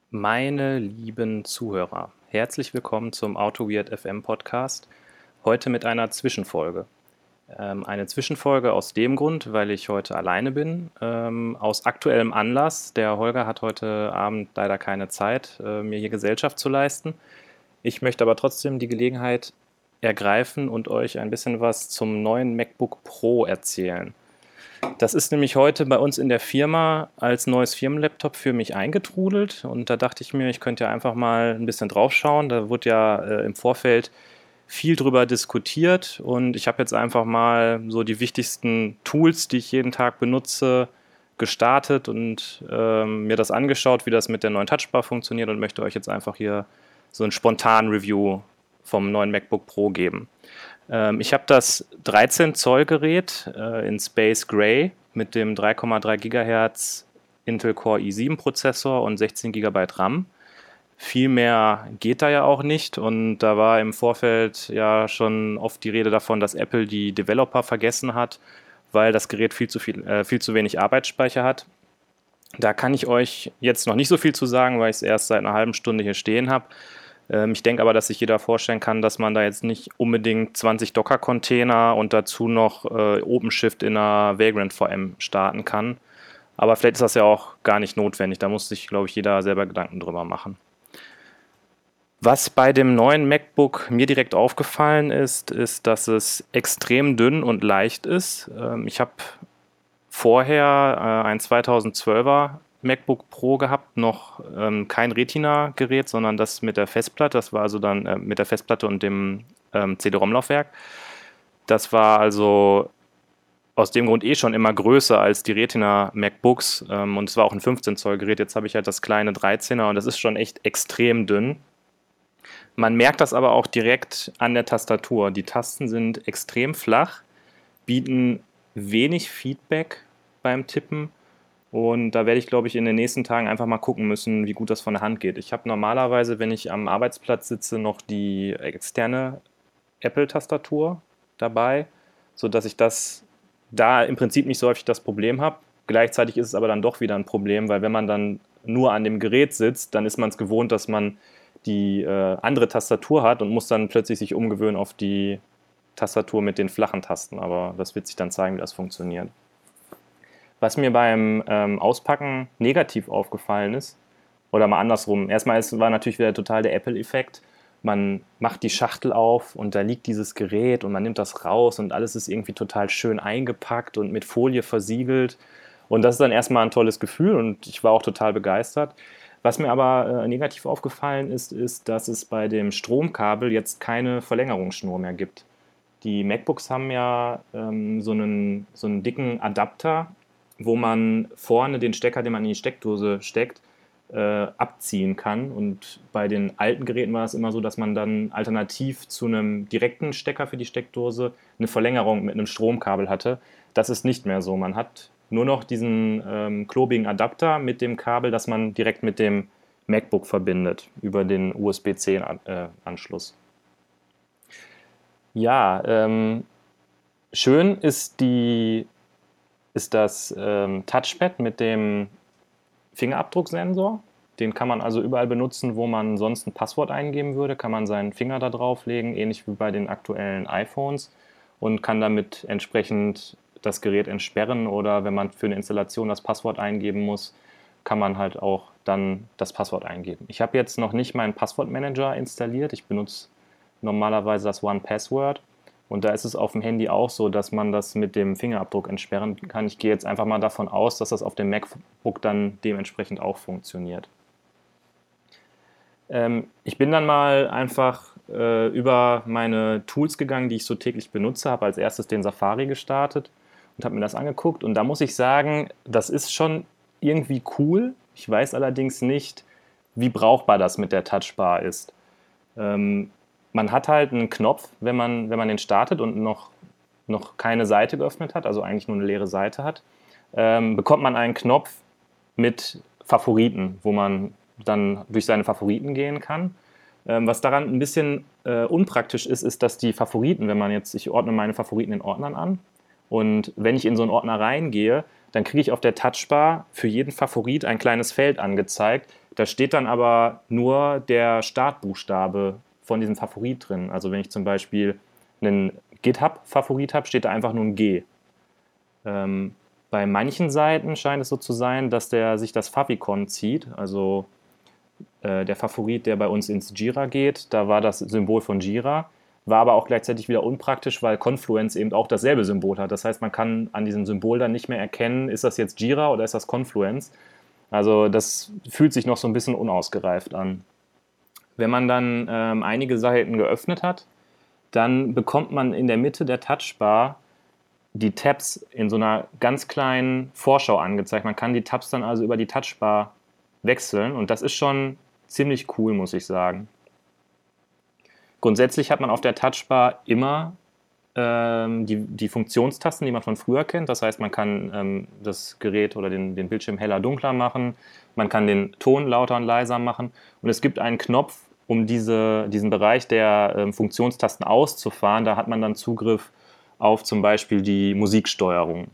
Meine lieben Zuhörer, herzlich willkommen zum AutoWeird FM Podcast. Heute mit einer Zwischenfolge. Eine Zwischenfolge aus dem Grund, weil ich heute alleine bin. Aus aktuellem Anlass. Der Holger hat heute Abend leider keine Zeit, mir hier Gesellschaft zu leisten. Ich möchte aber trotzdem die Gelegenheit ergreifen und euch ein bisschen was zum neuen MacBook Pro erzählen. Das ist nämlich heute bei uns in der Firma als neues Firmenlaptop für mich eingetrudelt und da dachte ich mir, ich könnte ja einfach mal ein bisschen drauf schauen. Da wurde ja im Vorfeld viel drüber diskutiert und ich habe jetzt einfach mal so die wichtigsten Tools, die ich jeden Tag benutze, gestartet und mir das angeschaut, wie das mit der neuen Touchbar funktioniert und möchte euch jetzt einfach hier so ein spontan Review vom neuen MacBook Pro geben. Ich habe das 13 Zoll Gerät in Space Gray mit dem 3,3 Gigahertz Intel Core i7 Prozessor und 16 Gigabyte RAM. Viel mehr geht da ja auch nicht und da war im Vorfeld ja schon oft die Rede davon, dass Apple die Developer vergessen hat, weil das Gerät viel zu wenig Arbeitsspeicher hat. Da kann ich euch jetzt noch nicht so viel zu sagen, weil ich es erst seit einer halben Stunde hier stehen habe. Ich denke aber, dass sich jeder vorstellen kann, dass man da jetzt nicht unbedingt 20 Docker-Container und dazu noch OpenShift in einer Vagrant VM starten kann. Aber vielleicht ist das ja auch gar nicht notwendig. Da muss sich, glaube ich, jeder selber Gedanken drüber machen. Was bei dem neuen MacBook mir direkt aufgefallen ist, dass es extrem dünn und leicht ist. Ich habe vorher ein 2012er MacBook Pro gehabt, noch kein Retina-Gerät, sondern das mit der Festplatte. Das war also dann mit der Festplatte und dem CD-ROM-Laufwerk. Das war also aus dem Grund schon immer größer als die Retina MacBooks und es war auch ein 15 Zoll Gerät. Jetzt habe ich halt das kleine 13er und das ist schon echt extrem dünn. Man merkt das aber auch direkt an der Tastatur. Die Tasten sind extrem flach, bieten wenig Feedback beim Tippen und da werde ich, glaube ich, in den nächsten Tagen einfach mal gucken müssen, wie gut das von der Hand geht. Ich habe normalerweise, wenn ich am Arbeitsplatz sitze, noch die externe Apple-Tastatur dabei, sodass ich das da im Prinzip nicht so häufig das Problem habe. Gleichzeitig ist es aber dann doch wieder ein Problem, weil wenn man dann nur an dem Gerät sitzt, dann ist man es gewohnt, dass man die andere Tastatur hat und muss dann plötzlich sich umgewöhnen auf die Tastatur mit den flachen Tasten. Aber das wird sich dann zeigen, wie das funktioniert. Was mir beim Auspacken negativ aufgefallen ist, oder mal andersrum, erstmal war natürlich wieder total der Apple-Effekt. Man macht die Schachtel auf und da liegt dieses Gerät und man nimmt das raus und alles ist irgendwie total schön eingepackt und mit Folie versiegelt. Und das ist dann erstmal ein tolles Gefühl und ich war auch total begeistert. Was mir aber negativ aufgefallen ist, dass es bei dem Stromkabel jetzt keine Verlängerungsschnur mehr gibt. Die MacBooks haben ja so einen dicken Adapter, wo man vorne den Stecker, den man in die Steckdose steckt, abziehen kann. Und bei den alten Geräten war es immer so, dass man dann alternativ zu einem direkten Stecker für die Steckdose eine Verlängerung mit einem Stromkabel hatte. Das ist nicht mehr so. Man hat nur noch diesen klobigen Adapter mit dem Kabel, das man direkt mit dem MacBook verbindet über den USB-C-Anschluss. Ja, schön ist das Touchpad mit dem Fingerabdrucksensor. Den kann man also überall benutzen, wo man sonst ein Passwort eingeben würde, kann man seinen Finger da drauflegen, ähnlich wie bei den aktuellen iPhones und kann damit entsprechend das Gerät entsperren oder wenn man für eine Installation das Passwort eingeben muss, kann man halt auch dann das Passwort eingeben. Ich habe jetzt noch nicht meinen Passwortmanager installiert. Ich benutze normalerweise das One Password. Und da ist es auf dem Handy auch so, dass man das mit dem Fingerabdruck entsperren kann. Ich gehe jetzt einfach mal davon aus, dass das auf dem MacBook dann dementsprechend auch funktioniert. Ich bin dann mal einfach über meine Tools gegangen, die ich so täglich benutze, habe als erstes den Safari gestartet und habe mir das angeguckt. Und da muss ich sagen, das ist schon irgendwie cool. Ich weiß allerdings nicht, wie brauchbar das mit der Touchbar ist. Man hat halt einen Knopf, wenn man den startet und noch keine Seite geöffnet hat, also eigentlich nur eine leere Seite hat, bekommt man einen Knopf mit Favoriten, wo man dann durch seine Favoriten gehen kann. Was daran ein bisschen unpraktisch ist, dass die Favoriten, ich ordne meine Favoriten in Ordnern an und wenn ich in so einen Ordner reingehe, dann kriege ich auf der Touchbar für jeden Favorit ein kleines Feld angezeigt, Da steht dann aber nur der Startbuchstabe von diesem Favorit drin. Also wenn ich zum Beispiel einen GitHub-Favorit habe, steht da einfach nur ein G. Bei manchen Seiten scheint es so zu sein, dass der sich das Favicon zieht, also der Favorit, der bei uns ins Jira geht, da war das Symbol von Jira, war aber auch gleichzeitig wieder unpraktisch, weil Confluence eben auch dasselbe Symbol hat. Das heißt, man kann an diesem Symbol dann nicht mehr erkennen, ist das jetzt Jira oder ist das Confluence. Also das fühlt sich noch so ein bisschen unausgereift an. Wenn man dann einige Seiten geöffnet hat, dann bekommt man in der Mitte der Touchbar die Tabs in so einer ganz kleinen Vorschau angezeigt. Man kann die Tabs dann also über die Touchbar wechseln und das ist schon ziemlich cool, muss ich sagen. Grundsätzlich hat man auf der Touchbar immer die Funktionstasten, die man von früher kennt. Das heißt, man kann das Gerät oder den Bildschirm heller, dunkler machen. Man kann den Ton lauter und leiser machen. Und es gibt einen Knopf, um diesen Bereich der Funktionstasten auszufahren. Da hat man dann Zugriff auf zum Beispiel die Musiksteuerung.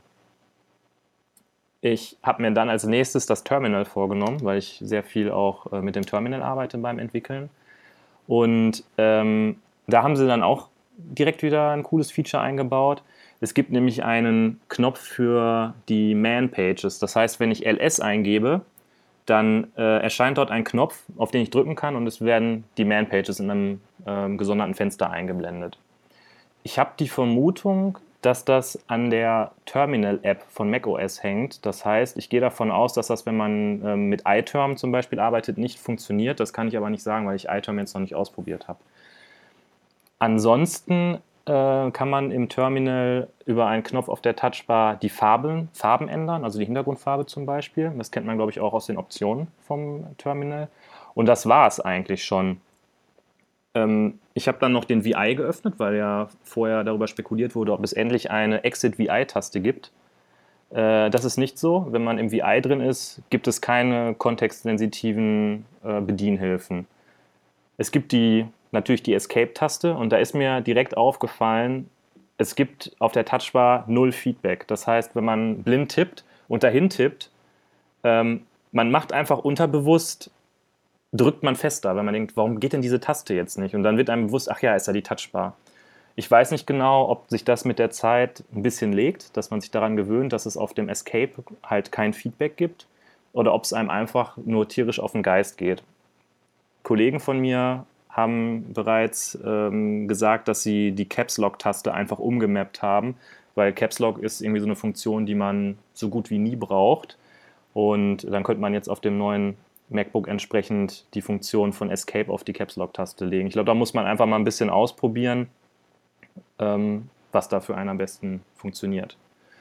Ich habe mir dann als nächstes das Terminal vorgenommen, weil ich sehr viel auch mit dem Terminal arbeite beim Entwickeln. Und da haben sie dann auch direkt wieder ein cooles Feature eingebaut. Es gibt nämlich einen Knopf für die Man-Pages. Das heißt, wenn ich ls eingebe, dann erscheint dort ein Knopf, auf den ich drücken kann und es werden die Man-Pages in einem gesonderten Fenster eingeblendet. Ich habe die Vermutung, dass das an der Terminal-App von macOS hängt. Das heißt, ich gehe davon aus, dass das, wenn man mit iTerm zum Beispiel arbeitet, nicht funktioniert. Das kann ich aber nicht sagen, weil ich iTerm jetzt noch nicht ausprobiert habe. Ansonsten kann man im Terminal über einen Knopf auf der Touchbar die Farben ändern, also die Hintergrundfarbe zum Beispiel. Das kennt man, glaube ich, auch aus den Optionen vom Terminal. Und das war es eigentlich schon. Ich habe dann noch den VI geöffnet, weil ja vorher darüber spekuliert wurde, ob es endlich eine Exit-VI-Taste gibt. Das ist nicht so. Wenn man im VI drin ist, gibt es keine kontextsensitiven Bedienhilfen. Es gibt natürlich die Escape-Taste und da ist mir direkt aufgefallen, es gibt auf der Touchbar null Feedback. Das heißt, wenn man blind tippt und dahin tippt, man macht einfach unterbewusst, drückt man fester, weil man denkt, warum geht denn diese Taste jetzt nicht? Und dann wird einem bewusst, ach ja, ist ja die Touchbar. Ich weiß nicht genau, ob sich das mit der Zeit ein bisschen legt, dass man sich daran gewöhnt, dass es auf dem Escape halt kein Feedback gibt oder ob es einem einfach nur tierisch auf den Geist geht. Kollegen von mir haben bereits gesagt, dass sie die Caps Lock-Taste einfach umgemappt haben, weil Caps Lock ist irgendwie so eine Funktion, die man so gut wie nie braucht. Und dann könnte man jetzt auf dem neuen MacBook entsprechend die Funktion von Escape auf die Caps Lock-Taste legen. Ich glaube, da muss man einfach mal ein bisschen ausprobieren, was da für einen am besten funktioniert.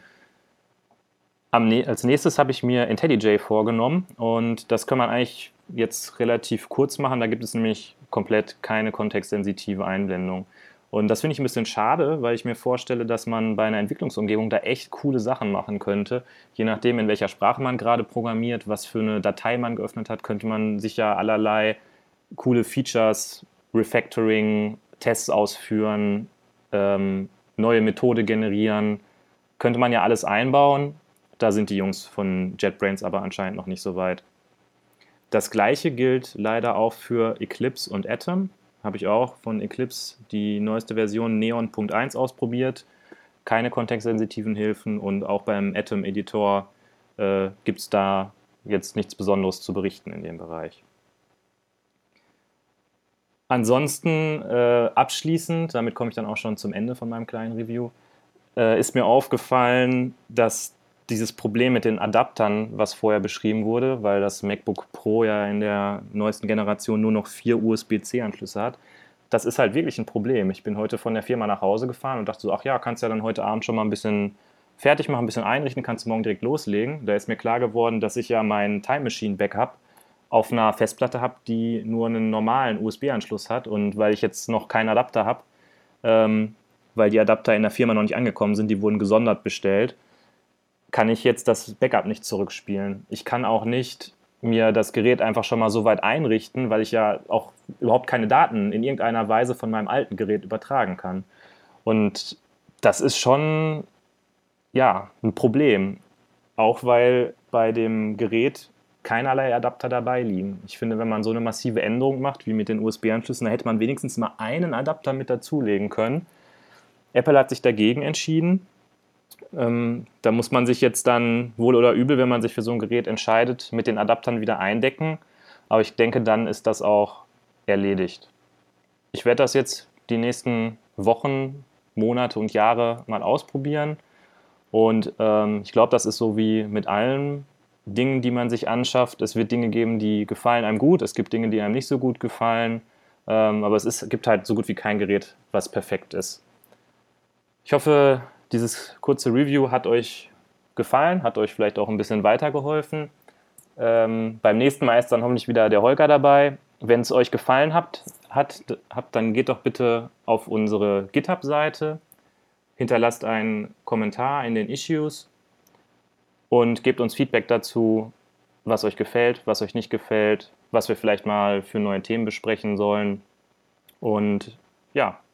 Als nächstes habe ich mir IntelliJ vorgenommen und das kann man eigentlich jetzt relativ kurz machen. Da gibt es nämlich komplett keine kontextsensitive Einblendung. Und das finde ich ein bisschen schade, weil ich mir vorstelle, dass man bei einer Entwicklungsumgebung da echt coole Sachen machen könnte. Je nachdem, in welcher Sprache man gerade programmiert, was für eine Datei man geöffnet hat, könnte man sich ja allerlei coole Features, Refactoring, Tests ausführen, neue Methode generieren. Könnte man ja alles einbauen. Da sind die Jungs von JetBrains aber anscheinend noch nicht so weit. Das gleiche gilt leider auch für Eclipse und Atom. Habe ich auch von Eclipse die neueste Version Neon.1 ausprobiert. Keine kontextsensitiven Hilfen und auch beim Atom-Editor gibt es da jetzt nichts Besonderes zu berichten in dem Bereich. Ansonsten abschließend, damit komme ich dann auch schon zum Ende von meinem kleinen Review, ist mir aufgefallen, dass dieses Problem mit den Adaptern, was vorher beschrieben wurde, weil das MacBook Pro ja in der neuesten Generation nur noch 4 USB-C-Anschlüsse hat, das ist halt wirklich ein Problem. Ich bin heute von der Firma nach Hause gefahren und dachte so, ach ja, kannst ja dann heute Abend schon mal ein bisschen fertig machen, ein bisschen einrichten, kannst du morgen direkt loslegen. Da ist mir klar geworden, dass ich ja mein Time Machine Backup auf einer Festplatte habe, die nur einen normalen USB-Anschluss hat und weil ich jetzt noch keinen Adapter habe, weil die Adapter in der Firma noch nicht angekommen sind, die wurden gesondert bestellt, kann ich jetzt das Backup nicht zurückspielen. Ich kann auch nicht mir das Gerät einfach schon mal so weit einrichten, weil ich ja auch überhaupt keine Daten in irgendeiner Weise von meinem alten Gerät übertragen kann. Und das ist schon, ja, ein Problem. Auch weil bei dem Gerät keinerlei Adapter dabei liegen. Ich finde, wenn man so eine massive Änderung macht, wie mit den USB-Anschlüssen, dann hätte man wenigstens mal einen Adapter mit dazulegen können. Apple hat sich dagegen entschieden. Da muss man sich jetzt dann wohl oder übel, wenn man sich für so ein Gerät entscheidet, mit den Adaptern wieder eindecken. Aber ich denke, dann ist das auch erledigt. Ich werde das jetzt die nächsten Wochen, Monate und Jahre mal ausprobieren. Und ich glaube, das ist so wie mit allen Dingen, die man sich anschafft. Es wird Dinge geben, die gefallen einem gut. Es gibt Dinge, die einem nicht so gut gefallen. Aber gibt halt so gut wie kein Gerät, was perfekt ist. Ich hoffe, dieses kurze Review hat euch gefallen, hat euch vielleicht auch ein bisschen weitergeholfen. Beim nächsten Mal ist dann hoffentlich wieder der Holger dabei. Wenn es euch gefallen dann geht doch bitte auf unsere GitHub-Seite, hinterlasst einen Kommentar in den Issues und gebt uns Feedback dazu, was euch gefällt, was euch nicht gefällt, was wir vielleicht mal für neue Themen besprechen sollen. Und ja,